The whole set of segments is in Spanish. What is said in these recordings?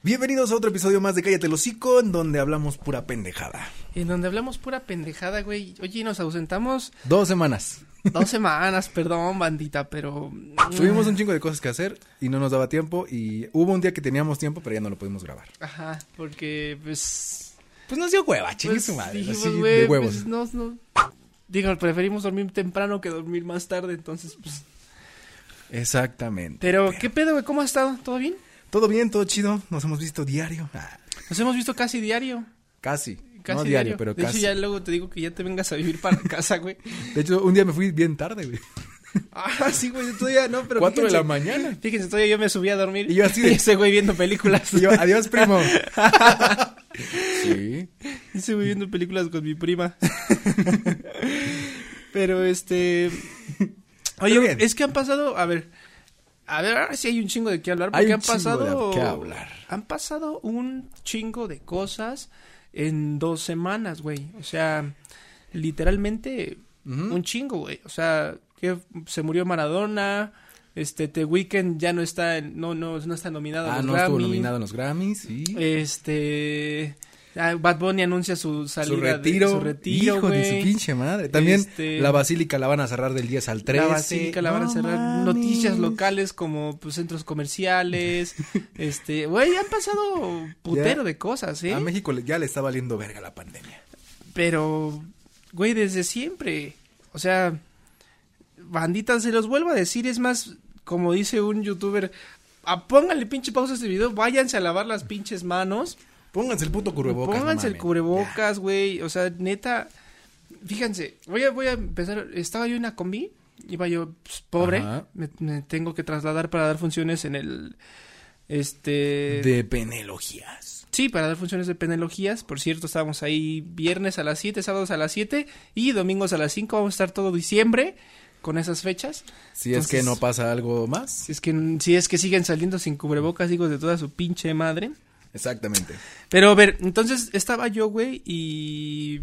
Bienvenidos a otro episodio más de Cállate el Hocico, en donde hablamos pura pendejada. En donde hablamos pura pendejada, güey. Oye, nos ausentamos 2 semanas. 2 semanas, perdón, bandita, pero... Tuvimos un chingo de cosas que hacer y no nos daba tiempo. Y hubo un día que teníamos tiempo, pero ya no lo pudimos grabar. Ajá, porque, pues nos dio hueva, chingue pues, su madre, dijimos, así güey, de huevos. Pues, no. Digo, preferimos dormir temprano que dormir más tarde, entonces, pues... Exactamente. Pero, ¿qué pedo, güey? ¿Cómo has estado? ¿Todo bien? Todo bien, todo chido. Nos hemos visto diario. Nos hemos visto casi diario. Casi no diario, pero de casi. De hecho, ya luego te digo que ya te vengas a vivir para casa, güey. De hecho, un día me fui bien tarde, güey. Ah, sí, güey, todavía no, pero 4 de la mañana. Fíjense, todavía yo me subí a dormir. Y yo así de... ese güey viendo películas. Y yo, adiós, primo. Sí. Ese güey viendo películas con mi prima. Pero, Oye, es que han pasado, a ver, ahora sí hay un chingo de qué hablar, porque han pasado un chingo de cosas en 2 semanas, güey. O sea, literalmente un chingo, güey. O sea, que se murió Maradona, The Weeknd ya no está no está nominado a los Grammys. Estuvo nominado en los Grammys, sí. Bad Bunny anuncia su salida, su retiro, hijo güey. de su pinche madre. También la Basílica la van a cerrar del 10 al 13. La Basílica la van a cerrar. Mames. Noticias locales como pues centros comerciales. Güey, han pasado putero de cosas, A México ya le está valiendo verga la pandemia. Pero, güey, desde siempre. O sea, bandita, se los vuelvo a decir, es más, como dice un youtuber, pónganle pinche pausa a este video, váyanse a lavar las pinches manos. Pónganse el puto cubrebocas. Pónganse el cubrebocas, güey. O sea, neta, fíjense, voy a empezar. Estaba yo en la combi, iba yo pues, pobre. Me tengo que trasladar para dar funciones en el de penelogías. Sí, para dar funciones de penelogías. Por cierto, estábamos ahí viernes a las 7, sábados a las 7 y domingos a las 5. Vamos a estar todo diciembre con esas fechas. Si entonces, es que no pasa algo más. Si es que siguen saliendo sin cubrebocas, hijos de toda su pinche madre. Exactamente. Pero a ver, entonces estaba yo, güey, y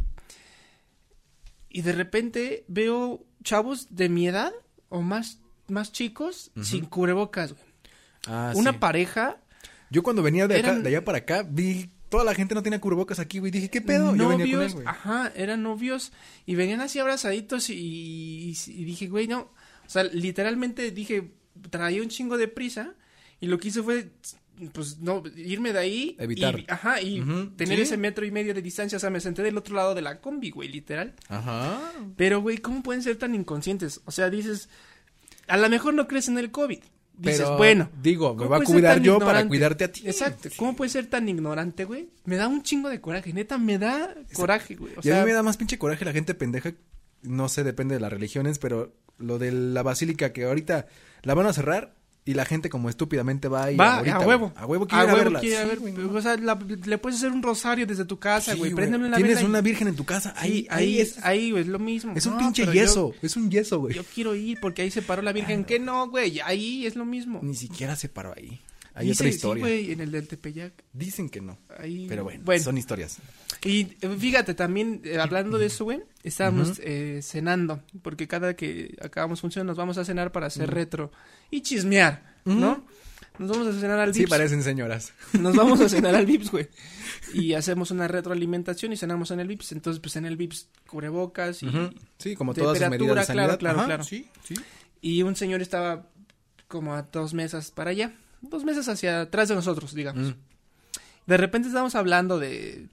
de repente veo chavos de mi edad o más chicos sin cubrebocas, güey. Una pareja. Yo cuando venía de allá para acá, vi toda la gente no tenía cubrebocas aquí, güey. Dije, ¿qué pedo? Yo venía con él, güey. Ajá, eran novios y venían así abrazaditos y dije, güey, no. O sea, literalmente dije, traía un chingo de prisa y lo que hice fue... pues no, irme de ahí. Evitar. Y tener ese 1.5 metros de distancia. O sea, me senté del otro lado de la combi, güey, literal. Ajá. Pero, güey, ¿cómo pueden ser tan inconscientes? O sea, dices, a lo mejor no crees en el COVID. Dices, pero, bueno. Digo, me va a cuidar yo para cuidarte a ti. Exacto. ¿Cómo puedes ser tan ignorante, güey? Me da un chingo de coraje. Neta, me da coraje, güey. Y a mí me da más pinche coraje la gente pendeja. No sé, depende de las religiones, pero lo de la basílica que ahorita la van a cerrar. Y la gente como estúpidamente va ahorita, a huevo. A huevo quiere ir a verla. Sí, güey, o sea, le puedes hacer un rosario desde tu casa, güey. Préndele una Tienes una virgen en tu casa. Ahí güey, es lo mismo. Es un pinche yeso. Es un yeso, güey. Yo quiero ir porque ahí se paró la virgen. ¿Qué no, güey? Ahí es lo mismo. Ni siquiera se paró ahí. Hay otra historia. Sí, güey, en el del Tepeyac. Dicen que no. Ahí... Pero bueno, son historias. Y fíjate, también, hablando de eso, güey, estábamos cenando. Porque cada que acabamos función nos vamos a cenar para hacer retro y chismear. ¿No? Nos vamos a cenar al Vips. Sí, parecen señoras. Nos vamos a cenar al Vips, güey. Y hacemos una retroalimentación y cenamos en el Vips. Entonces, pues en el Vips, cubrebocas y... Sí, como todas sus medidas de sanidad. Claro. Sí. Y un señor estaba como a 2 mesas para allá. 2 mesas hacia atrás de nosotros, digamos. De repente estábamos hablando de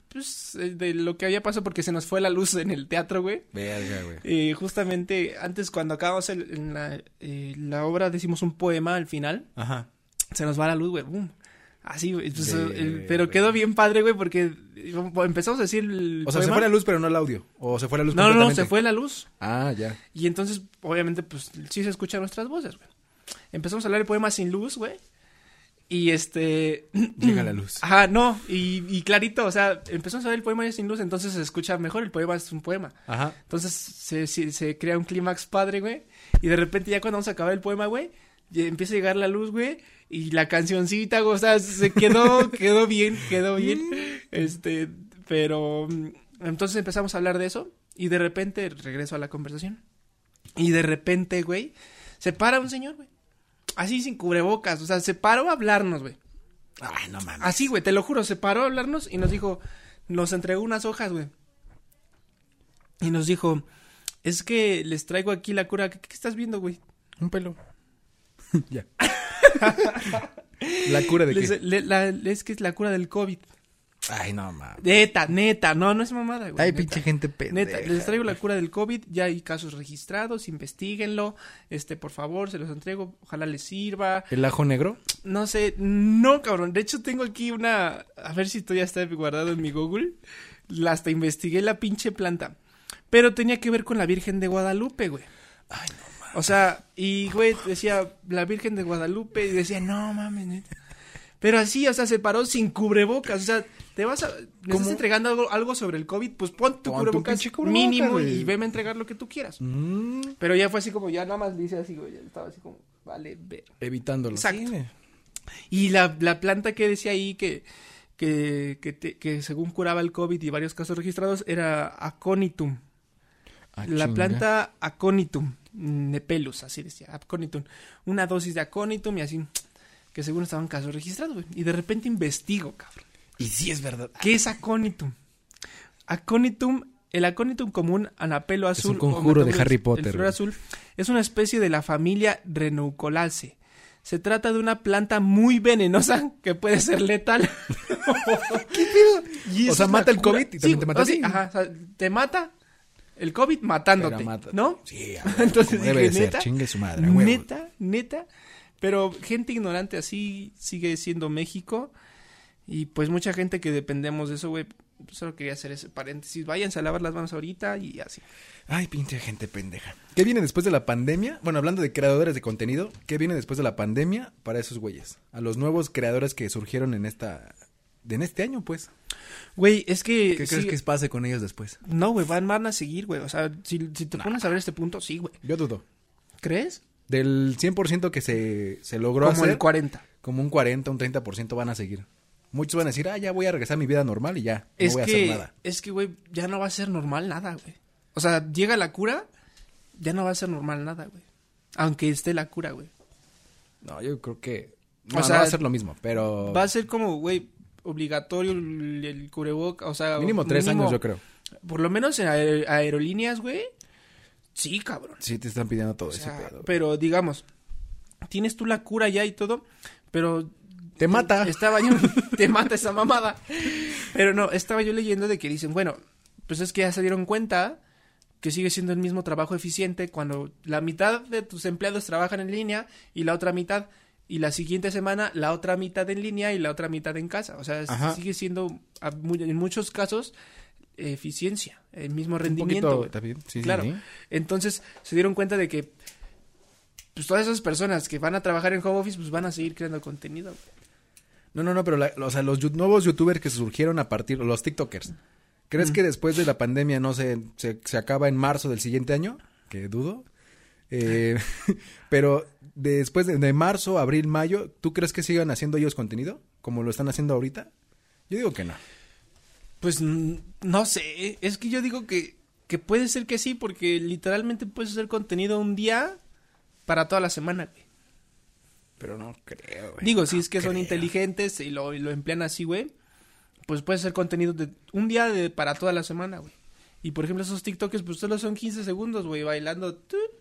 lo que había pasado porque se nos fue la luz en el teatro, güey. Verga, güey. Justamente antes cuando acabamos en la obra decimos un poema al final. Ajá. Se nos va la luz, güey. ¡Bum! Así, güey. Pero quedó bien padre, güey, porque empezamos a decir el O sea, poema. ¿Se fue la luz pero no el audio? ¿O se fue la luz completamente? No, se fue la luz. Ah, ya. Y entonces, obviamente, pues, sí se escuchan nuestras voces, güey. Empezamos a hablar el poema sin luz, güey. Y llega la luz. Ajá, no, y clarito, o sea, empezamos a ver el poema ya sin luz, entonces se escucha mejor, el poema es un poema. Ajá. Entonces se crea un clímax padre, güey, y de repente ya cuando vamos a acabar el poema, güey, empieza a llegar la luz, güey, y la cancioncita, güey, o sea, se quedó bien. Pero, entonces empezamos a hablar de eso, y de repente regreso a la conversación, y de repente, güey, se para un señor, güey. Así sin cubrebocas, o sea, se paró a hablarnos, güey. Ay, no mames. Así, güey, te lo juro, se paró a hablarnos y nos dijo, nos entregó unas hojas, güey. Y nos dijo, es que les traigo aquí la cura. ¿Qué estás viendo, güey? Un pelo. Ya. ¿La cura de qué? Es que es la cura del COVID. Ay, no, mames. Neta, no es mamada, güey. Ay, neta. pinche gente pendeja. Neta, les traigo la cura del COVID, ya hay casos registrados, investíguenlo, por favor, se los entrego, ojalá les sirva. ¿El ajo negro? No sé, no, cabrón, de hecho tengo aquí a ver si todavía está guardado en mi Google, hasta investigué la pinche planta, pero tenía que ver con la Virgen de Guadalupe, güey. Ay, no mames. O sea, y güey, decía la Virgen de Guadalupe, y decía, no mames, neta. Pero así, o sea, se paró sin cubrebocas, o sea, me estás entregando algo sobre el COVID, pues pon tu cubrebocas mínimo y veme a entregar lo que tú quieras. Pero ya fue así como, ya nada más dice así, güey, ya estaba así como, vale, ve. Evitándolo. Exacto. Sí. Y la planta que decía ahí que según curaba el COVID y varios casos registrados era Aconitum. La planta Aconitum, Nepelus, así decía, Aconitum. Una dosis de Aconitum y así, que según estaban casos registrados, güey. Y de repente investigo, cabrón. Y sí es verdad. ¿Qué es Aconitum? El Aconitum común, anapelo azul. Es un conjuro de Harry Potter. El flor azul es una especie de la familia Renunculaceae. Se trata de una planta muy venenosa que puede ser letal. ¿Qué pedo? O sea, mata el COVID y también te mata. Sí, ajá, o sea, te mata el COVID matándote, ¿no? Sí, entonces debe de ser, chingue su madre, huevo. Neta. Pero gente ignorante así sigue siendo México. Y pues mucha gente que dependemos de eso, güey. Solo quería hacer ese paréntesis. Váyanse a lavar las manos ahorita y así. Ay, pinche gente pendeja. ¿Qué viene después de la pandemia? Bueno, hablando de creadores de contenido, ¿qué viene después de la pandemia para esos güeyes? A los nuevos creadores que surgieron en este año, pues. Güey, es que... ¿Qué crees que pase con ellos después? No, güey, van a seguir, güey. O sea, si te pones a ver este punto, sí, güey. Yo dudo. ¿Crees? Del 100% que se logró hacer. Como el 40. Como un 40, un 30% van a seguir. Muchos van a decir, ya voy a regresar a mi vida normal y ya, no voy a hacer nada. Es que, güey, ya no va a ser normal nada, güey. O sea, llega la cura, ya no va a ser normal nada, güey. Aunque esté la cura, güey. No, yo creo que... No va a ser lo mismo, pero... Va a ser como, güey, obligatorio el cubreboca, o sea... Mínimo 3 años, yo creo. Por lo menos en aerolíneas, güey. Sí, cabrón. Sí, te están pidiendo todo ese pedo. Pero, digamos, tienes tú la cura ya y todo, pero... Te mata. Te mata esa mamada. Pero no, estaba yo leyendo de que dicen, bueno, pues es que ya se dieron cuenta que sigue siendo el mismo trabajo eficiente cuando la mitad de tus empleados trabajan en línea y la otra mitad, y la siguiente semana la otra mitad en línea y la otra mitad en casa. O sea, sigue siendo en muchos casos eficiencia, el mismo rendimiento. Un poquito, sí, claro. Sí. Entonces se dieron cuenta de que pues todas esas personas que van a trabajar en home office pues van a seguir creando contenido. No, pero o sea, los nuevos youtubers que surgieron a partir, los tiktokers, ¿crees que después de la pandemia no se acaba en marzo del siguiente año? Que dudo. Pero después de marzo, abril, mayo, ¿tú crees que sigan haciendo ellos contenido? Como lo están haciendo ahorita. Yo digo que no. Pues no sé, es que yo digo que puede ser que sí, porque literalmente puedes hacer contenido un día para toda la semana, güey. Pero no creo, güey. Digo, si es que son inteligentes y lo emplean así, güey, pues puede ser contenido de un día para toda la semana, güey. Y por ejemplo, esos TikTokers, pues solo son 15 segundos, güey, bailando.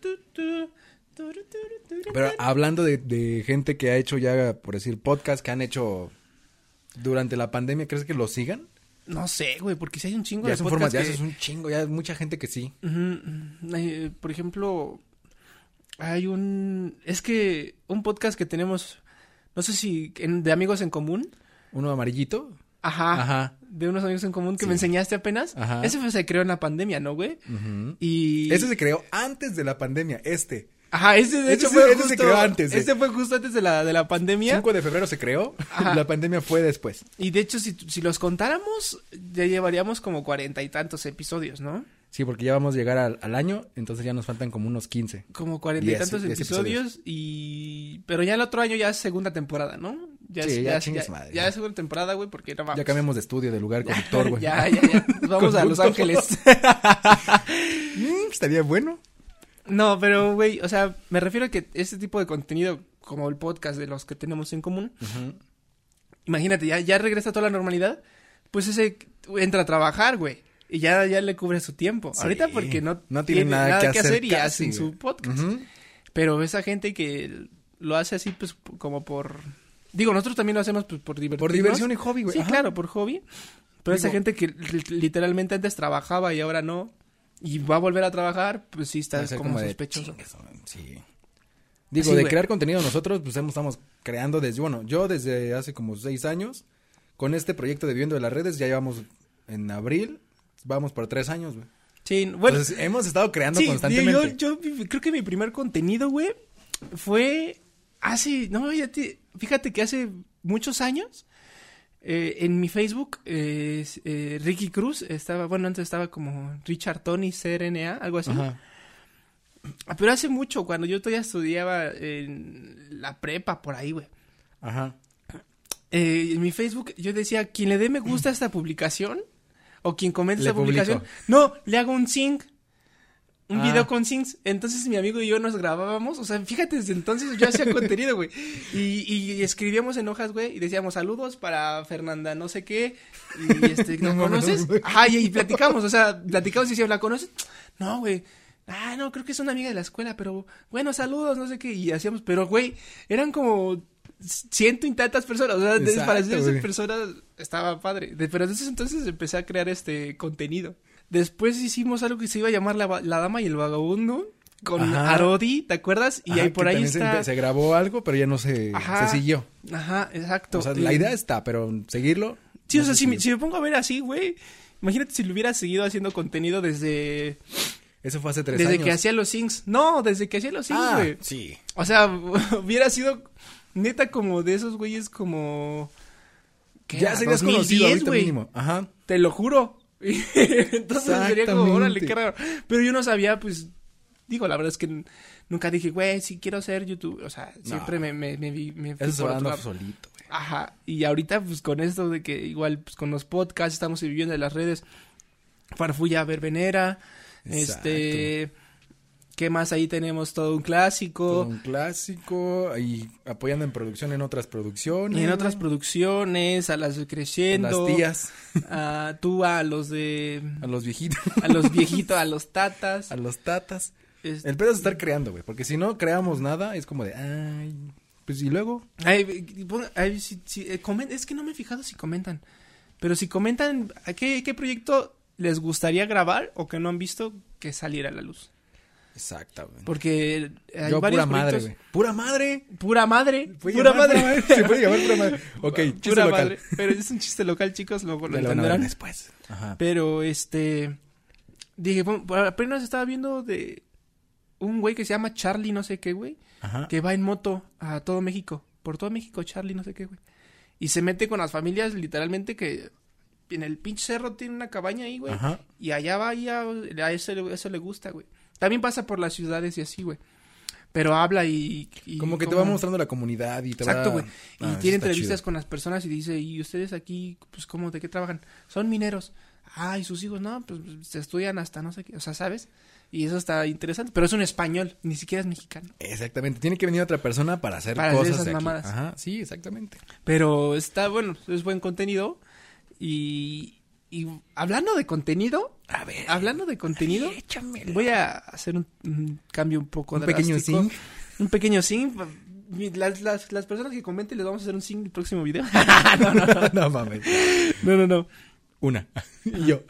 Pero hablando de gente que ha hecho ya, por decir, podcast que han hecho durante la pandemia, ¿crees que lo sigan? No sé, güey, porque si hay un chingo ya de son podcasts formas, ya es un chingo, ya hay mucha gente que sí. Por ejemplo... Hay un podcast que tenemos, no sé si de amigos en común. ¿Uno amarillito? Ajá. De unos amigos en común que me enseñaste apenas. Ajá. Ese se creó en la pandemia, ¿no, güey? Uh-huh. Y... Ese se creó antes de la pandemia, Ajá, ese se creó antes. Ese fue justo antes de la pandemia. 5 de febrero se creó, la pandemia fue después. Y de hecho, si los contáramos, ya llevaríamos como 40 y tantos episodios, ¿no? Sí, porque ya vamos a llegar al año, entonces ya nos faltan como unos 15. Como 40 y tantos episodios, pero ya el otro año ya es segunda temporada, ¿no? Ya es segunda temporada, güey, porque no vamos. Ya cambiamos de estudio, de lugar conductor, güey. Ya. Nos vamos a Los Ángeles. Estaría bueno. No, pero, güey, o sea, me refiero a que este tipo de contenido, como el podcast de los que tenemos en común, imagínate, ya regresa a toda la normalidad, pues ese entra a trabajar, güey. Y ya le cubre su tiempo. Sí. Ahorita porque no tiene nada que hacer y hacen su podcast. Pero esa gente que lo hace así, pues, como por... Digo, nosotros también lo hacemos pues, por divertirnos. Por diversión y hobby, güey. Sí, claro, por hobby. Pero esa gente que literalmente antes trabajaba y ahora no, y va a volver a trabajar, pues sí está como sospechoso. Sí. Digo, de crear contenido nosotros, pues estamos creando yo desde hace como 6 años, con este proyecto de Viviendo de las Redes, ya llevamos en abril, vamos por 3 años, güey. Sí, bueno. Entonces, hemos estado creando constantemente. Yo creo que mi primer contenido, güey, fue fíjate que hace muchos años, en mi Facebook, Ricky Cruz antes estaba como Richard Tony CRNA, algo así. Ajá. Pero hace mucho, cuando yo todavía estudiaba en la prepa, por ahí, güey. Ajá. En mi Facebook yo decía, quien le dé me gusta a esta publicación, o quien comente esta publicación, no, le hago un sync. Un video con syncs. Entonces mi amigo y yo nos grabábamos. O sea, fíjate, desde entonces yo hacía contenido, güey. Y escribíamos en hojas, güey. Y decíamos saludos para Fernanda, no sé qué. Y ¿la conoces? Ajá, y platicamos. O sea, platicamos y decíamos, ¿la conoces? No, güey. No, creo que es una amiga de la escuela, pero bueno, saludos, no sé qué. Y hacíamos, pero güey, eran como 100 y tantas personas. O sea, exacto, para esas personas estaba padre. Pero entonces empecé a crear contenido. Después hicimos algo que se iba a llamar La Dama y el Vagabundo con Arodi, ¿te acuerdas? Y ahí por ahí está. Se grabó algo, pero ya no se siguió. Ajá, exacto. O sea, la idea está, pero seguirlo. Sí, o sea, si me pongo a ver así, güey, imagínate si lo hubiera seguido haciendo contenido desde... Eso fue hace 3 años. Desde que hacía los syncs. No, desde que hacía los syncs, güey. Sí. O sea, hubiera sido neta como de esos güeyes como... Ya serías conocido ahorita mínimo. Ajá. Te lo juro. Entonces sería como, órale, qué raro. Pero yo no sabía, pues, digo, la verdad es que nunca dije, güey, sí quiero ser YouTube. O sea, siempre me fui eso por otro lado. Solito, güey. Ajá, y ahorita, pues, con esto de que igual, pues, con los podcasts estamos viviendo en las redes, Farfulla Verbenera, ¿qué más? Ahí tenemos todo un clásico. Ahí apoyando en producción en otras producciones. Y en otras producciones, a las de Creciendo. A las tías. Tú a los de... A los viejitos. A los viejitos, a los tatas. A los tatas. El pedo es estar creando, güey, porque si no creamos nada, es como de, pues, ¿y luego? Es que no me he fijado si comentan. Pero si comentan, ¿qué proyecto les gustaría grabar o que no han visto que saliera a la luz? Exactamente. Porque hay yo varios pura madre, güey. ¿Pura madre? Pura madre. Pura madre. Se puede llamar pura madre. Ok, chiste pura local. Madre. Pero es un chiste local, chicos, luego lo entenderán después. Ajá. Pero dije, apenas estaba viendo de un güey que se llama Charlie no sé qué, güey, que va en moto a todo México, por todo México, Charlie no sé qué, güey. Y se mete con las familias literalmente que en el pinche cerro tiene una cabaña ahí, güey. Y allá va y a eso le gusta, güey. También pasa por las ciudades y así, güey. Pero habla y como que te va mostrando la comunidad y te exacto, güey. Y tiene entrevistas con las personas y dice, ¿y ustedes aquí, pues, cómo, de qué trabajan? Son mineros. Y sus hijos, no, pues, se estudian hasta no sé qué. O sea, ¿sabes? Y eso está interesante. Pero es un español, ni siquiera es mexicano. Exactamente. Tiene que venir otra persona para hacer cosas esas de aquí. Mamadas. Ajá, sí, exactamente. Pero está bueno, es buen contenido. Y hablando de contenino, échamelo. Voy a hacer un cambio un poco drástico. Un pequeño sync. Las personas que comenten les vamos a hacer un sync el próximo video. No. No mames. No. Una. Y yo.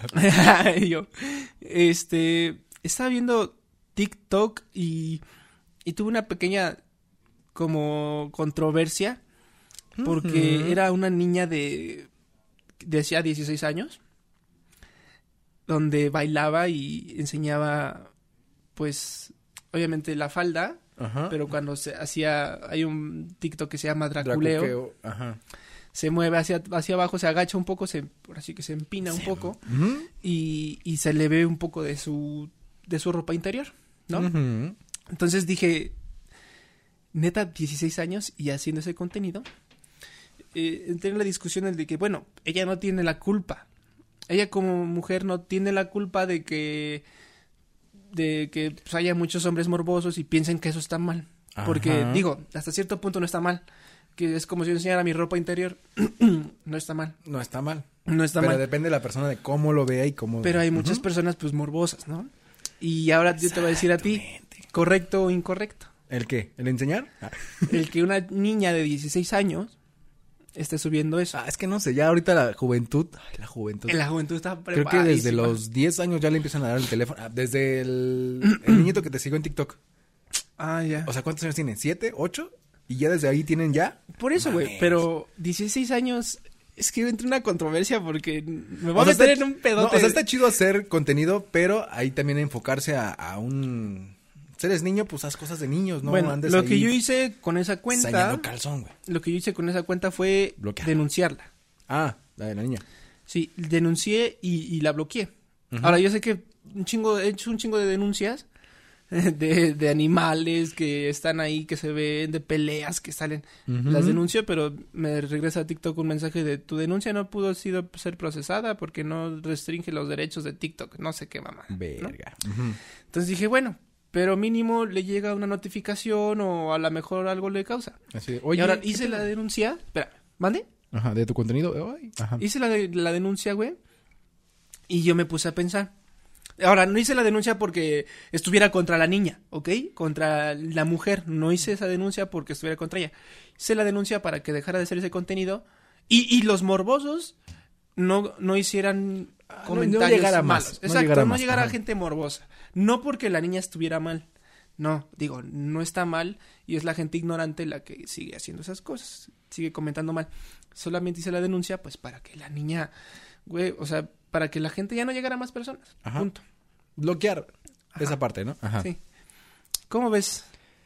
Estaba viendo TikTok y tuve una pequeña como controversia porque era una niña decía 16 años, donde bailaba y enseñaba, pues, obviamente la falda, pero cuando se hacía, hay un TikTok que se llama Draculeo. Se mueve hacia abajo, se agacha un poco, así que se empina un poco, y se le ve un poco de su ropa interior, ¿no? Entonces dije, neta, 16 años y haciendo ese contenido, entré en la discusión de que, bueno, ella no tiene la culpa. Ella como mujer no tiene la culpa de que pues, haya muchos hombres morbosos y piensen que eso está mal. Porque, digo, hasta cierto punto no está mal. que es como si yo enseñara mi ropa interior. No está mal. No está mal. No está mal. Pero depende de la persona de cómo lo vea y cómo... Pero hay muchas personas, pues, morbosas, ¿no? Y ahora yo te voy a decir a ti, ¿correcto o incorrecto? ¿El qué? ¿El enseñar? El que una niña de 16 años esté subiendo eso. Es que no sé, ya ahorita la juventud... la juventud está preparadísima. Creo que desde los 10 años ya le empiezan a dar el teléfono. Desde el niñito que te siguió en TikTok. Ya. O sea, ¿cuántos años tiene? ¿7? ¿8? Y ya desde ahí tienen ya... Por eso, güey, pero 16 años... Es que entra una controversia porque me voy a meter en un pedote. No, o sea, está chido hacer contenido, pero ahí también enfocarse a un... Si eres niño, pues haz cosas de niños, ¿no? Bueno, lo que yo hice con esa cuenta... calzón, güey. Lo que yo hice con esa cuenta fue denunciarla. La de la niña. Sí, denuncié y la bloqueé. Ahora, yo sé que he hecho un chingo de denuncias de animales que están ahí, que se ven, de peleas que salen. Las denuncio, pero me regresa a TikTok un mensaje de tu denuncia no pudo ser procesada porque no restringe los derechos de TikTok. No sé qué mamá. Verga. ¿No? Entonces dije, bueno, pero mínimo le llega una notificación o a lo mejor algo le causa. Así de, oye, y ahora hice la denuncia. Espera, ¿mande? Ajá, de tu contenido. Ajá. Hice la denuncia, güey. Y yo me puse a pensar. Ahora, no hice la denuncia porque estuviera contra la niña, ¿ok? Contra la mujer. No hice esa denuncia porque estuviera contra ella. Hice la denuncia para que dejara de hacer ese contenido. Y los morbosos no hicieran comentarios no llegara malos. Más, exacto, no llegara gente morbosa. No porque la niña estuviera mal. No, digo, no está mal. Y es la gente ignorante la que sigue haciendo esas cosas. Sigue comentando mal. Solamente hice la denuncia, pues, para que la niña, güey, o sea, para que la gente ya no llegara a más personas. Ajá. Punto. Bloquear esa parte, ¿no? Ajá. Sí. ¿Cómo ves?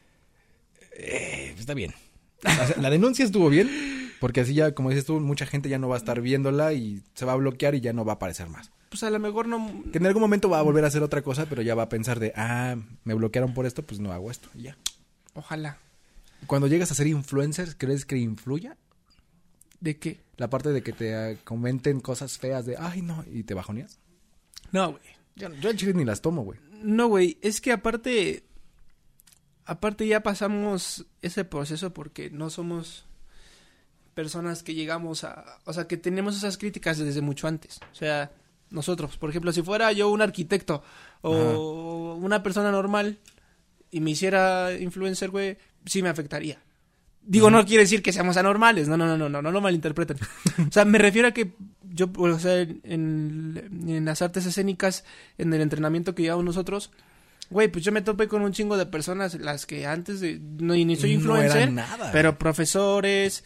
Está bien. O sea, la denuncia estuvo bien, porque así ya, como dices tú, mucha gente ya no va a estar viéndola y se va a bloquear y ya no va a aparecer más. Pues a lo mejor no... Que en algún momento va a volver a hacer otra cosa, pero ya va a pensar de, me bloquearon por esto, pues no hago esto, y ya. Ojalá. Cuando llegas a ser influencer, ¿crees que influya? ¿De qué? La parte de que te comenten cosas feas de, no, y te bajoneas. No, güey. Yo en chile ni las tomo, güey. No, güey, es que aparte ya pasamos ese proceso porque no somos personas que llegamos o sea, que tenemos esas críticas desde mucho antes. O sea, nosotros, por ejemplo, si fuera yo un arquitecto o una persona normal y me hiciera influencer, güey, sí me afectaría. Digo, no quiere decir que seamos anormales, no lo malinterpreten. O sea, me refiero a que yo, o sea, en las artes escénicas, en el entrenamiento que llevamos nosotros, güey, pues yo me topé con un chingo de personas, las que antes de, ni soy influencer, no nada, pero profesores,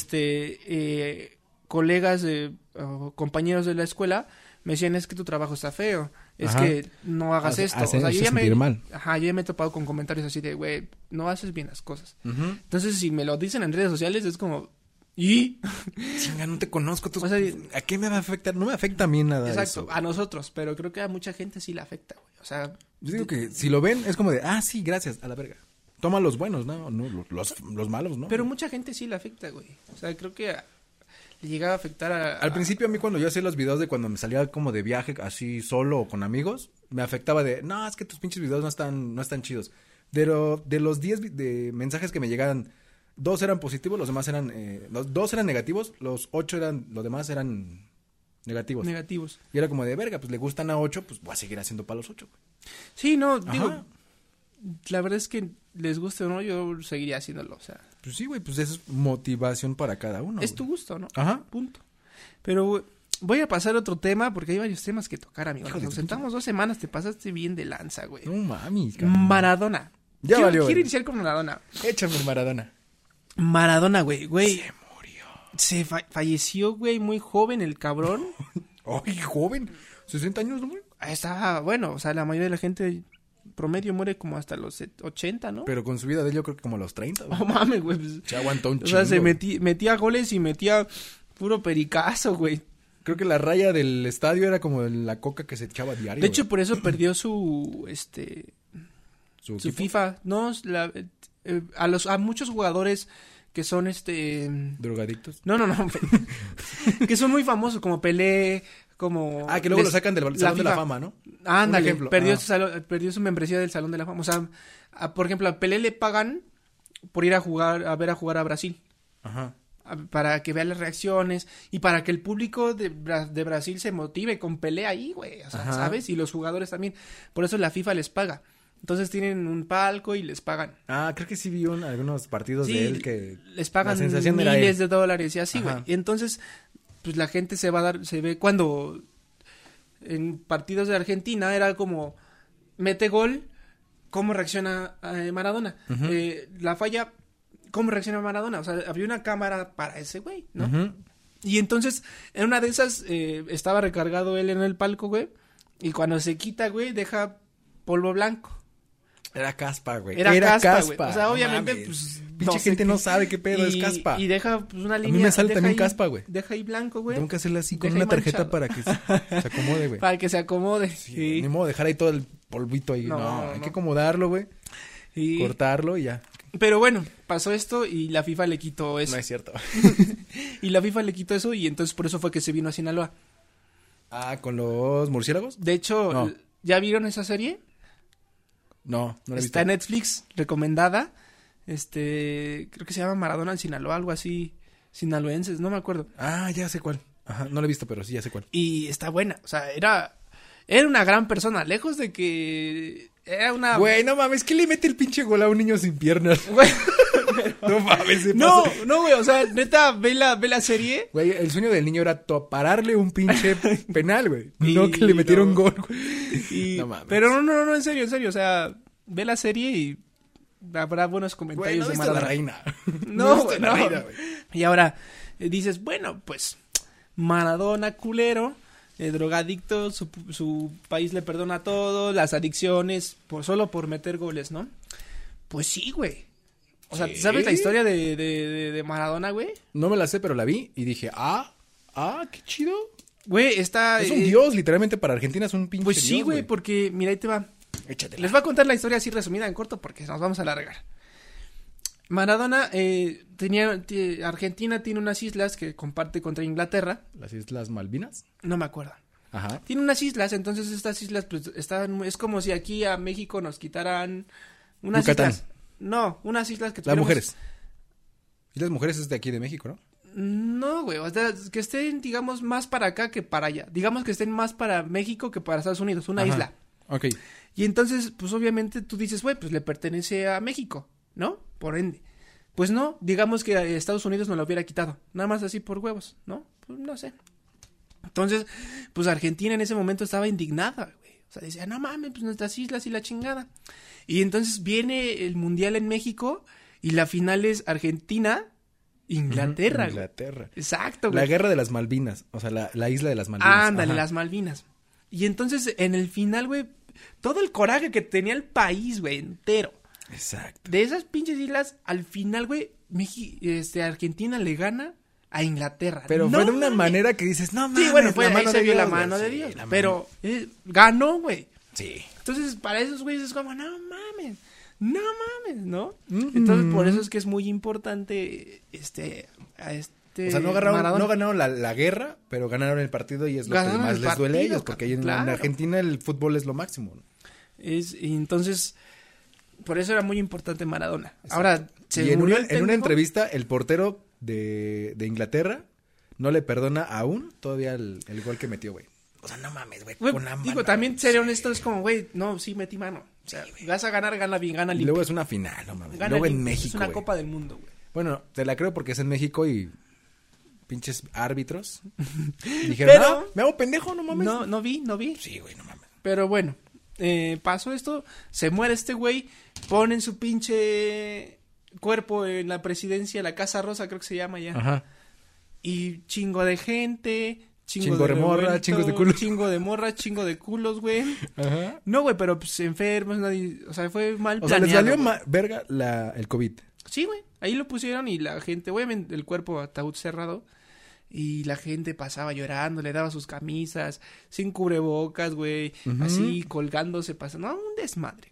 colegas, compañeros de la escuela, me decían, es que tu trabajo está feo, es que no hagas esto. O sea, yo ya me he topado con comentarios así de, güey, no haces bien las cosas. Entonces, si me lo dicen en redes sociales, es como, ¿y? Chinga, no te conozco. O sea, ¿a qué me va a afectar? No me afecta a mí nada. Exacto, eso. A nosotros, pero creo que a mucha gente sí le afecta, güey. O sea, yo digo que si lo ven, es como de, sí, gracias, a la verga. Toma los buenos, ¿no? Los malos, ¿no? Pero mucha gente sí le afecta, güey. O sea, creo que le llegaba a afectar Al principio a mí cuando yo hacía los videos de cuando me salía como de viaje así solo o con amigos, me afectaba de, no, es que tus pinches videos no están chidos. Pero de los 10 de mensajes que me llegaban, 2 eran positivos, los demás eran, los 2 eran negativos, los demás eran negativos. Y era como de, verga, pues le gustan a 8, pues voy a seguir haciendo para los 8. Sí, no, digo, la verdad es que les guste o no, yo seguiría haciéndolo, o sea. Pues sí, güey, pues eso es motivación para cada uno. Es tu gusto, ¿no? Ajá. Punto. Pero voy a pasar a otro tema porque hay varios temas que tocar, amigo. Nos sentamos 2 semanas, te pasaste bien de lanza, güey. No mami, cabrón. Maradona. Quiero iniciar con Maradona. Échame Maradona. Maradona, güey. Se murió. Se falleció, güey, muy joven el cabrón. Ay, joven. 60 años, ¿no, güey? Está, bueno, o sea, la mayoría de la gente promedio muere como hasta los 80, ¿no? Pero con su vida de él yo creo que como a los 30, güey. No mames, güey. Pues, se aguantó un chingo. O sea, se metía goles y metía puro pericazo, güey. Creo que la raya del estadio era como la coca que se echaba diario. De hecho, por eso perdió su FIFA. No, a muchos jugadores que son drogadictos. No. Que son muy famosos, como Pelé, como... que luego lo sacan del Salón de la Fama, ¿no? Ándale, perdió su membresía del Salón de la Fama. O sea, por ejemplo, a Pelé le pagan por ir a ver a jugar a Brasil. Ajá. Para que vea las reacciones y para que el público de Brasil se motive con pelea ahí, güey, o sea, ajá, ¿sabes? Y los jugadores también. Por eso la FIFA les paga. Entonces tienen un palco y les pagan. Ah, creo que sí vi algunos partidos de él que les pagan miles de dólares y así, güey. Y entonces, pues la gente se ve cuando en partidos de Argentina era como mete gol, ¿cómo reacciona Maradona? Uh-huh. La falla, ¿cómo reacciona Maradona? O sea, había una cámara para ese güey, ¿no? Uh-huh. Y entonces, en una de esas, estaba recargado él en el palco, güey, y cuando se quita, güey, deja polvo blanco. Era caspa, güey. Era caspa, güey. O sea, obviamente, pues... Pinche gente no sabe qué pedo es caspa. Y deja, pues, una línea... A mí me sale también caspa, güey. Deja ahí blanco, güey. Tengo que hacerle así con una tarjeta para que se acomode, güey. Para que se acomode. Sí. Ni modo dejar ahí todo el polvito ahí. No, hay que acomodarlo, güey. Cortarlo y ya. Pero bueno, pasó esto y la FIFA le quitó eso. No es cierto. Y la FIFA le quitó eso y entonces por eso fue que se vino a Sinaloa. Ah, ¿con los murciélagos? De hecho, ¿ya vieron esa serie? No la he visto. Está en Netflix, recomendada. Creo que se llama Maradona en Sinaloa, algo así. Sinaloenses, no me acuerdo. Ah, ya sé cuál. Ajá, no la he visto, pero sí, ya sé cuál. Y está buena, o sea, era una gran persona, lejos de que era una... Güey, no mames, ¿qué le mete el pinche gol a un niño sin piernas? Güey. No mames, no, güey, o sea, neta, ve la serie. Güey, el sueño del niño era pararle un pinche penal, güey. No que le metieron gol, güey. No mames. Pero no, en serio, o sea, ve la serie y habrá buenos comentarios. Güey, no viste la reina. No, güey, no. Reina, güey. Y ahora dices, bueno, pues, Maradona culero, drogadicto, su país le perdona todo, las adicciones, solo por meter goles, ¿no? Pues sí, güey. O sea, ¿sabes la historia de Maradona, güey? No me la sé, pero la vi y dije, qué chido. Güey, es un dios, literalmente para Argentina es un pinche pues dios, sí, güey, porque, mira, ahí te va. Échatela. Les voy a contar la historia así resumida en corto porque nos vamos a alargar. Maradona Argentina tiene unas islas que comparte contra Inglaterra. ¿Las Islas Malvinas? No me acuerdo. Ajá. Tiene unas islas, entonces estas islas pues es como si aquí a México nos quitaran unas Yucatán. Islas. No, unas islas que tuviéramos... Las mujeres. Y las mujeres es de aquí de México, ¿no? No, güey, o sea, que estén, digamos, más para acá que para allá. Digamos que estén más para México que para Estados Unidos, una isla. Ok. Y entonces, pues obviamente tú dices, güey, pues le pertenece a México, ¿no? Por ende. Pues no, digamos que Estados Unidos nos lo hubiera quitado. Nada más así por huevos, ¿no? Pues no sé. Entonces, pues Argentina en ese momento estaba indignada, güey. O sea, decía, no mames, pues nuestras islas y la chingada. Y entonces viene el Mundial en México y la final es Argentina-Inglaterra. Uh-huh, Inglaterra. Exacto, güey. La guerra de las Malvinas, o sea, la isla de las Malvinas. Ándale, las Malvinas. Y entonces en el final, güey, todo el coraje que tenía el país, güey, entero. Exacto. De esas pinches islas, al final, güey, Argentina le gana a Inglaterra. Pero fue de una manera que dices, no mames. Sí, bueno, ahí se vio la mano de Dios. Pero ganó, güey. Sí. Entonces, para esos güeyes es como, no mames, ¿no? Uh-huh. Entonces, por eso es que es muy importante, O sea, no ganaron la guerra, pero ganaron el partido y es lo que más les duele a ellos, porque en Argentina el fútbol es lo máximo, ¿no? Y entonces, por eso era muy importante Maradona. Exacto. Ahora, y en una entrevista, el portero de Inglaterra no le perdona aún todavía el gol que metió, güey. O sea, no mames, güey. Digo, también seré honesto, es como, güey, no, sí metí mano. O sea, vas a ganar, gana bien, gana limpio. Y luego es una final, no mames. Luego en México, es una Copa del Mundo, güey. Bueno, te la creo porque es en México y pinches árbitros dijeron, me hago pendejo, no mames. No vi. Sí, güey, no mames. Pero bueno, pasó esto, se muere este güey, ponen su pinche cuerpo en la presidencia, la Casa Rosa creo que se llama ya. Ajá. Y chingo de gente, chingo de morra, chingos de culos. Chingo de morra, chingo de culos, güey. Ajá. No, güey, pero pues enfermos, nadie, o sea, fue mal planeado. O sea, les valió verga el COVID. Sí, güey, ahí lo pusieron y la gente, obviamente el cuerpo ataúd cerrado y la gente pasaba llorando, le daba sus camisas, sin cubrebocas, güey, uh-huh. Así colgándose, pasando, un desmadre.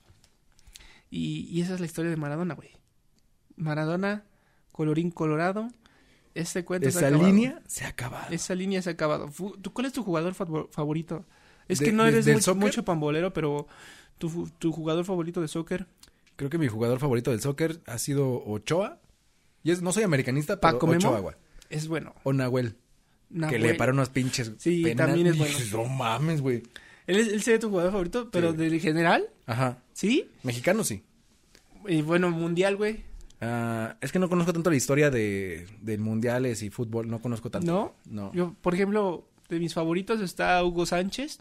Y esa es la historia de Maradona, güey. Maradona, colorín colorado. Este cuento se ha acabado. Esa línea se ha acabado. ¿Cuál es tu jugador favorito? Es que no eres mucho pambolero, pero tu jugador favorito de soccer. Creo que mi jugador favorito del soccer ha sido Ochoa. Y no soy americanista, pero Paco Memo Ochoa, es bueno. O Nahuel. Que le paró unos pinches también es bueno. No mames, güey. Él sería tu jugador favorito, pero del general. Ajá. ¿Sí? Mexicano, sí. Y bueno, mundial, güey. Es que no conozco tanto la historia de mundiales y fútbol. No conozco tanto. ¿No? Yo, por ejemplo, de mis favoritos está Hugo Sánchez.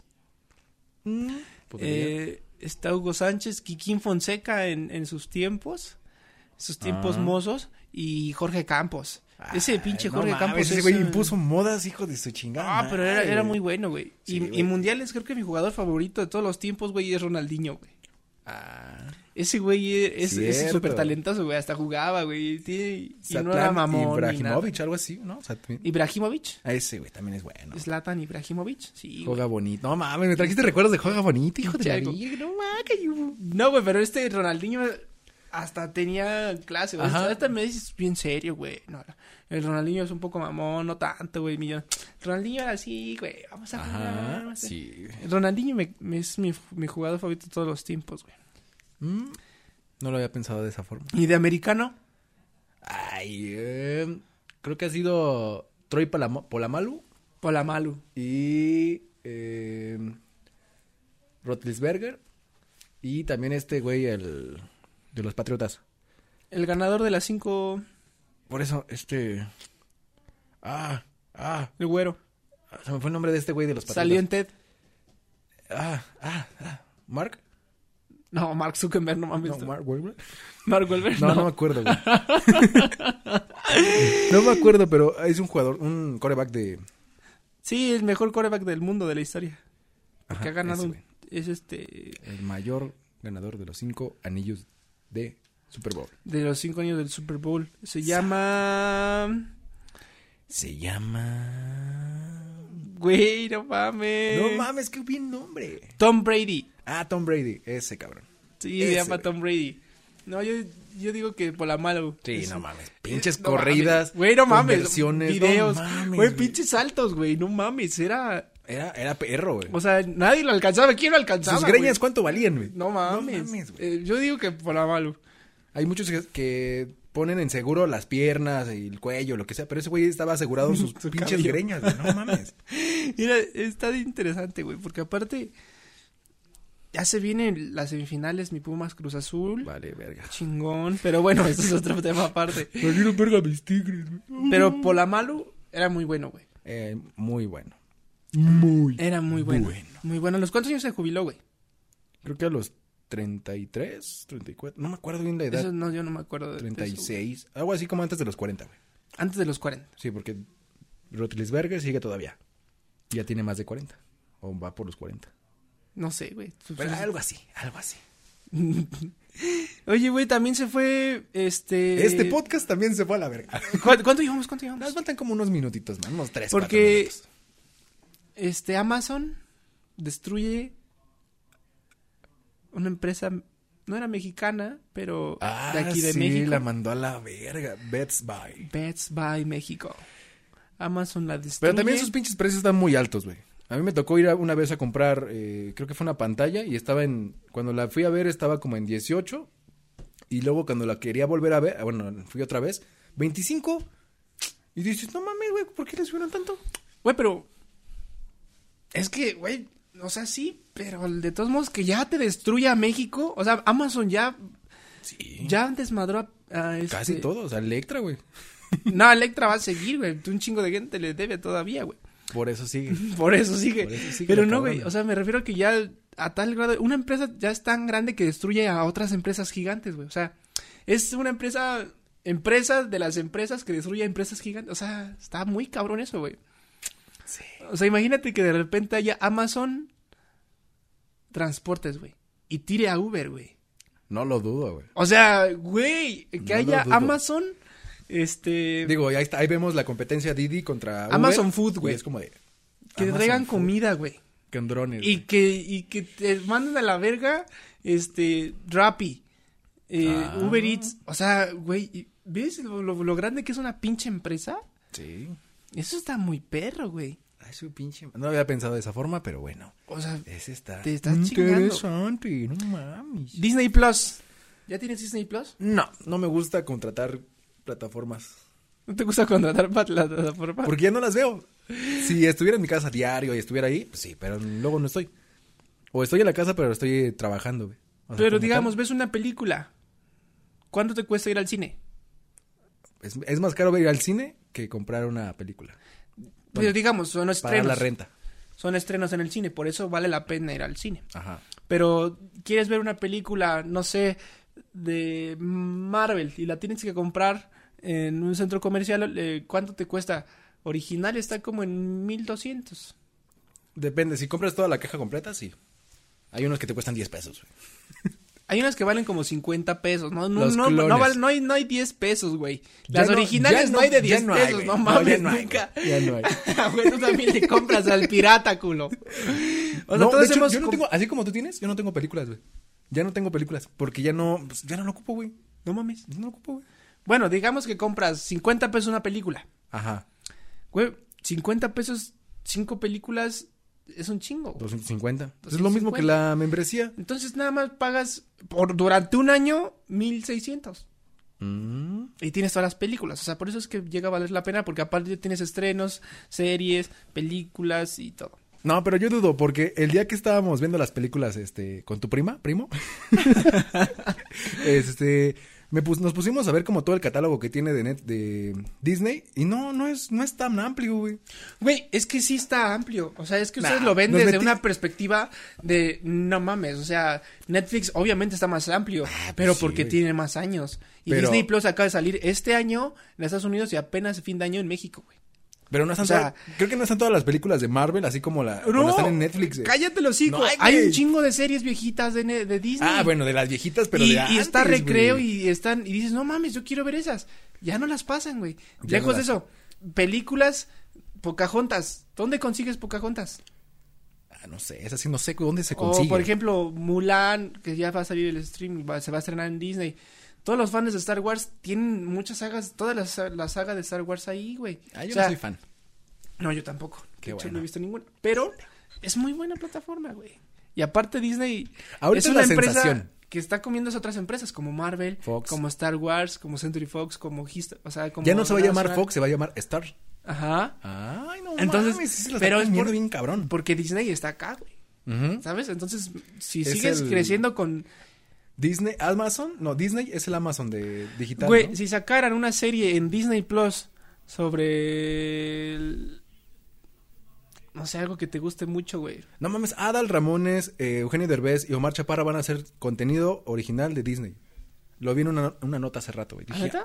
Está Hugo Sánchez, Kikín Fonseca en sus tiempos. Sus tiempos mozos. Y Jorge Campos. Ese pinche Jorge Campos. Ese güey impuso modas, hijo de su chingada. Pero era muy bueno, güey. Sí, y mundiales, creo que mi jugador favorito de todos los tiempos, güey, es Ronaldinho, güey. Ese güey es súper talentoso, güey. Hasta jugaba, güey. Y no era mamón. Ibrahimovic, algo así, ¿no? ¿Ibrahimovic? Ese, güey, también es bueno. ¿Zlatan Ibrahimovic? Sí. Juega bonito. No mames, me trajiste recuerdos de Juega bonito, hijo de la vida. No, güey, pero Ronaldinho hasta tenía clase, güey. Hasta me dices bien serio, güey. No, el Ronaldinho es un poco mamón, no tanto, güey. Ronaldinho era así, güey. Vamos a jugar. No sé. Sí. Ronaldinho es mi jugador favorito de todos los tiempos, güey. No lo había pensado de esa forma. ¿Y de americano? Creo que ha sido Troy Polamalu. Y Roethlisberger. Y también este güey, el de los Patriotas. El ganador de las 5. Por eso, el güero. Se me fue el nombre de este güey de los Patriotas. Salió en TED. ¿Mark? No, Mark Zuckerberg, no mames. No, Mark Wahlberg. Mark Wahlberg, no me acuerdo, güey. No me acuerdo, pero es un jugador, un quarterback de... Sí, el mejor quarterback del mundo, de la historia. Porque ha ganado... Es el mayor ganador de los 5 anillos de Super Bowl. De los 5 años del Super Bowl. Se llama... Güey, no mames. No mames, qué bien nombre. Tom Brady. Tom Brady, ese cabrón. Sí, se llama Tom Brady. No, yo digo que por la malo. Sí, no mames. Pinches corridas. Güey, no mames. Videos. Güey, pinches saltos, güey. No mames, Era perro, güey. O sea, nadie lo alcanzaba. ¿Quién lo alcanzaba? Sus greñas, ¿cuánto valían, güey? No mames, güey. Yo digo que por la malo. Hay muchos que ponen en seguro las piernas y el cuello, lo que sea, pero ese güey estaba asegurado sus pinches cabello. Greñas, güey. No mames. Mira, está interesante, güey, porque aparte ya se vienen las semifinales, mi Pumas Cruz Azul. Vale, verga. Chingón, pero bueno, eso es otro tema aparte. Me dieron verga mis tigres, güey. Pero Polamalu era muy bueno, güey. Muy bueno. Era muy bueno. Muy bueno. ¿A los cuántos años se jubiló, güey? Creo que a los 33, 34. No me acuerdo bien la edad. Eso no, yo no me acuerdo de 36. Eso, algo así como antes de los 40, güey. Antes de los 40. Sí, porque Roethlisberger sigue todavía. Ya tiene más de 40. O va por los 40. No sé, güey. Pero algo así. Oye, güey, también se fue, Este podcast también se fue a la verga. ¿Cuánto llevamos? Nos faltan como unos minutitos, ¿no? Unos 3, porque 4 minutos. Amazon destruye una empresa, no era mexicana, pero de aquí de México. Sí, la mandó a la verga. Best Buy México. Amazon la destruye. Pero también sus pinches precios están muy altos, güey. A mí me tocó ir una vez a comprar, creo que fue una pantalla y estaba cuando la fui a ver estaba como en 18 y luego cuando la quería volver a ver, bueno, fui otra vez, 25 y dices, no mames, güey, ¿por qué le subieron tanto? Güey, pero es que, güey, o sea, sí, pero de todos modos que ya te destruya México, o sea, Amazon ya desmadró a casi todo, o sea, Electra, güey. No, Electra va a seguir, güey, un chingo de gente le debe todavía, güey. Por eso sigue. Pero no, güey, o sea, me refiero a que ya a tal grado, una empresa ya es tan grande que destruye a otras empresas gigantes, güey. O sea, es una empresa de las empresas que destruye a empresas gigantes. O sea, está muy cabrón eso, güey. Sí. O sea, imagínate que de repente haya Amazon Transportes, güey, y tire a Uber, güey. No lo dudo, güey. O sea, güey, que no haya Amazon... Digo, ahí vemos la competencia Didi contra Amazon Uber, Food, güey. Es como de... Que traigan comida, güey. Con drones. Y que te manden a la verga, Rappi, Uber Eats. O sea, güey, ¿ves lo grande que es una pinche empresa? Sí. Eso está muy perro, güey. Ay, su pinche... No había pensado de esa forma, pero bueno. O sea, ese está... Te estás chingando. Interesante, no mames. Disney Plus. ¿Ya tienes Disney Plus? No me gusta contratar plataformas. ¿No te gusta contratar plataformas? Porque ya no las veo. Si estuviera en mi casa diario y estuviera ahí, pues sí, pero luego no estoy. O estoy en la casa, pero estoy trabajando, güey. O sea, pero digamos, ves una película. ¿Cuánto te cuesta ir al cine? Es más caro ir al cine que comprar una película. Pero digamos, son estrenos. Para la renta. Son estrenos en el cine, por eso vale la pena ir al cine. Ajá. Pero quieres ver una película, no sé, de Marvel y la tienes que comprar en un centro comercial, ¿cuánto te cuesta? Original está como en 1,200. Depende, si compras toda la caja completa, sí. Hay unos que te cuestan 10 pesos, güey. Hay unas que valen como 50 pesos, ¿no? No hay 10 pesos, güey. Las originales no hay de 10 pesos, no mames, nunca. Ya no hay. Güey, tú también le compras al pirata, culo. O sea, no, todos de hecho, yo no tengo, así como tú tienes, yo no tengo películas, güey. Ya no tengo películas, porque ya no lo ocupo, güey. No mames. No lo ocupo, güey. Bueno, digamos que compras 50 pesos una película. Ajá. Güey, 50 pesos, 5 películas... Es un chingo. 250. Es lo mismo que la membresía. Entonces nada más pagas durante un año 1,600. Y tienes todas las películas. O sea, por eso es que llega a valer la pena. Porque aparte tienes estrenos, series, películas y todo. No, pero yo dudo. Porque el día que estábamos viendo las películas con tu primo nos pusimos a ver como todo el catálogo que tiene de Disney y no es tan amplio, güey. Güey, es que sí está amplio. O sea, es que ustedes lo ven desde una perspectiva de no mames. O sea, Netflix obviamente está más amplio, pero sí, porque tiene más años. Y Disney Plus acaba de salir este año en Estados Unidos y apenas fin de año en México, güey. Pero no están creo que no están todas las películas de Marvel, así como cuando están en Netflix. Cállate los hijos. No, hay un chingo de series viejitas de Disney. Ah, bueno, de las viejitas, pero y antes, está Recreo, güey. Y dices, no mames, yo quiero ver esas. Ya no las pasan, güey. Lejos de eso, películas, Pocahontas. ¿Dónde consigues Pocahontas? No sé, es así, no sé dónde se consigue. O, por ejemplo, Mulan, que ya va a salir el stream, se va a estrenar en Disney. Todos los fans de Star Wars tienen muchas sagas, toda la saga de Star Wars ahí, güey. Yo no soy fan. No, yo tampoco. Qué bueno. No he visto ninguna. Pero es muy buena plataforma, güey. Y aparte Disney ahorita es una empresa sensación que está comiendo otras empresas como Marvel, Fox, como Star Wars, como Century Fox, como como ya no se va a llamar Fox, se va a llamar Star. Ajá. Ay, no. Entonces, mames, sí pero es bien cabrón. Porque Disney está acá, güey. ¿Sabes? Entonces, si es sigues creciendo con Disney, Amazon, no, Disney es el Amazon de digital. Güey, ¿no? si sacaran una serie en Disney Plus sobre no sé, algo que te guste mucho, güey. No mames, Adal Ramones, Eugenio Derbez y Omar Chaparra van a hacer contenido original de Disney. Lo vi en una nota hace rato, güey. Dije,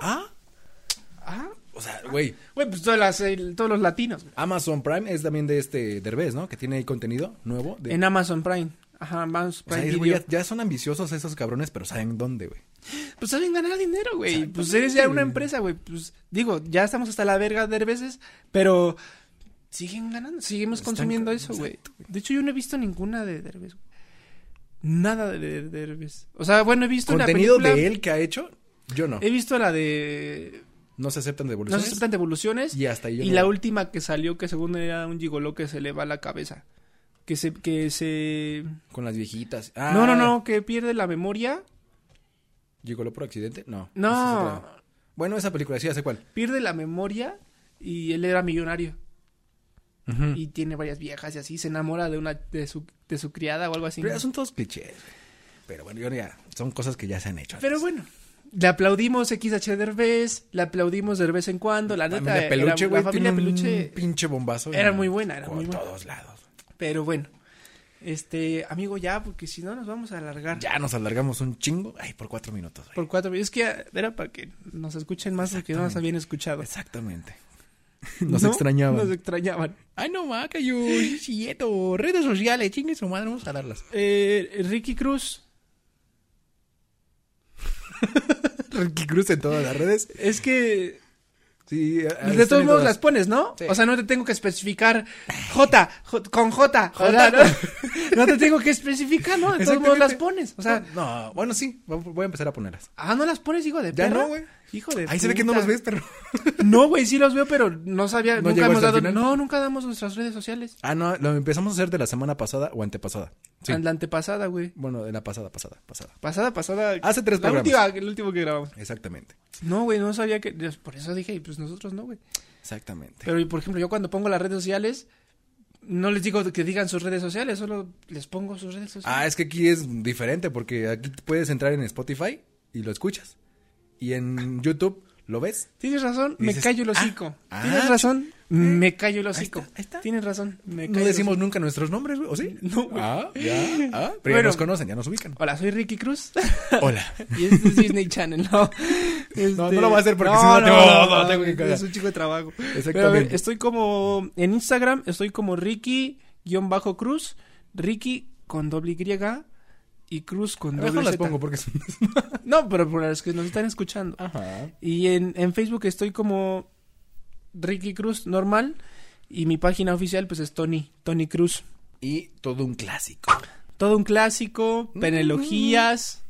o sea, güey. Güey, pues todos los latinos. Güey. Amazon Prime es también de Derbez, ¿no? Que tiene ahí contenido nuevo. En Amazon Prime. Ajá, Amazon Prime Video. Güey, ya son ambiciosos esos cabrones, pero ¿saben dónde, güey? Pues saben ganar dinero, güey. Pues eres ya una empresa, güey. Pues digo, ya estamos hasta la verga de Derbeces, pero siguen ganando, seguimos consumiendo eso, güey. De hecho, yo no he visto ninguna de Derbez, güey. Nada de Derbez. O sea, bueno, he visto una película. ¿Contenido de él que ha hecho? Yo no. He visto la de No se aceptan devoluciones. No se aceptan devoluciones. Y hasta ahí. Y la última que salió, que según era un gigoló que se le va la cabeza. Que se... Con las viejitas. No, que pierde la memoria. ¿Gigoló por accidente? No. No. Bueno, esa película, sí, ya sé cuál. Pierde la memoria y él era millonario. Y tiene varias viejas y así. Se enamora de su criada o algo así. Pero son todos clichés. Pero bueno, ya son cosas que ya se han hecho antes. Pero bueno. Le aplaudimos XH Derbez, le aplaudimos de vez en cuando, la neta. La familia Peluche, un pinche bombazo. Era muy buena, era muy buena. Por todos lados. Pero bueno, amigo, ya, porque si no nos vamos a alargar. Ya nos alargamos un chingo. Ay, por 4 minutos. Güey. Por 4 minutos. Es que era para que nos escuchen más de que no nos habían escuchado. Exactamente. Nos extrañaban. Ay, no, Macayo, cierto. Redes sociales, chingue su madre, vamos a darlas. Ricky Cruz. Ricky Cruz en todas las redes. Es que Sí, de todos modos las pones, ¿no? Sí. O sea, no te tengo que especificar con J. O sea, no te tengo que especificar, ¿no? De todos modos las pones. O sea, no, bueno, sí, voy a empezar a ponerlas. Ah, ¿no las pones, hijo de perra? Ya no, güey. Hijo de Ahí se ve que no los ves, perro. No, güey, sí los veo, pero no sabía, ¿No nunca hemos dado, nunca damos nuestras redes sociales. Ah, no, lo empezamos a hacer de la semana pasada o antepasada. Sí. La antepasada, güey. Bueno, de la pasada. Pasada. Hace 3 programas. El último que grabamos. Exactamente. No, güey, no sabía que, por eso dije, pues nosotros no, güey. Exactamente. Pero, por ejemplo, yo cuando pongo las redes sociales, no les digo que digan sus redes sociales, solo les pongo sus redes sociales. Ah, es que aquí es diferente, porque aquí puedes entrar en Spotify y lo escuchas. Y en YouTube lo ves. Tienes razón, me callo el hocico. Tienes razón, me callo el hocico. Ahí está. Tienes razón, me callo. No decimos nunca nuestros nombres, güey, ¿o sí? No, güey. Ya. Pero ya nos conocen, ya nos ubican. Hola, soy Ricky Cruz. Hola. Y este es Disney Channel, ¿no? No lo voy a hacer porque si no tengo que cagar. Es un chico de trabajo. Exactamente. Pero a ver, estoy como, en Instagram, estoy como Ricky-Cruz, Ricky con doble Y y Cruz con doble Z. Mejor las pongo porque son... No, pero por las que nos están escuchando. Ajá. Y en Facebook estoy como Ricky Cruz normal y mi página oficial pues es Tony Cruz. Y todo un clásico. Penelogías,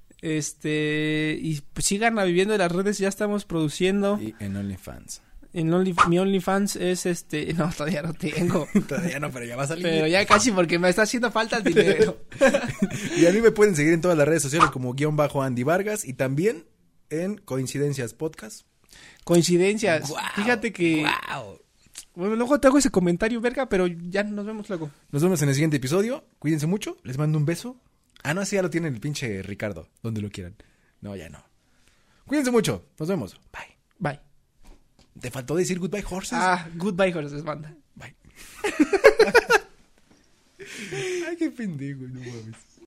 y pues sigan viviendo de las redes, ya estamos produciendo. Y en OnlyFans. Mi OnlyFans es no, todavía no tengo. Todavía no, pero ya va a salir. Pero ya casi porque me está haciendo falta el dinero. Y a mí me pueden seguir en todas las redes sociales como _Andy Vargas y también en Coincidencias Podcast. Coincidencias. Wow, fíjate que bueno, luego te hago ese comentario, verga, pero ya nos vemos luego. Nos vemos en el siguiente episodio. Cuídense mucho. Les mando un beso. Ah, no, así ya lo tiene el pinche Ricardo. Donde lo quieran. No, ya no. Cuídense mucho. Nos vemos. Bye. Te faltó decir goodbye horses. Goodbye horses, banda. Bye. Ay, qué pendejo, no mames.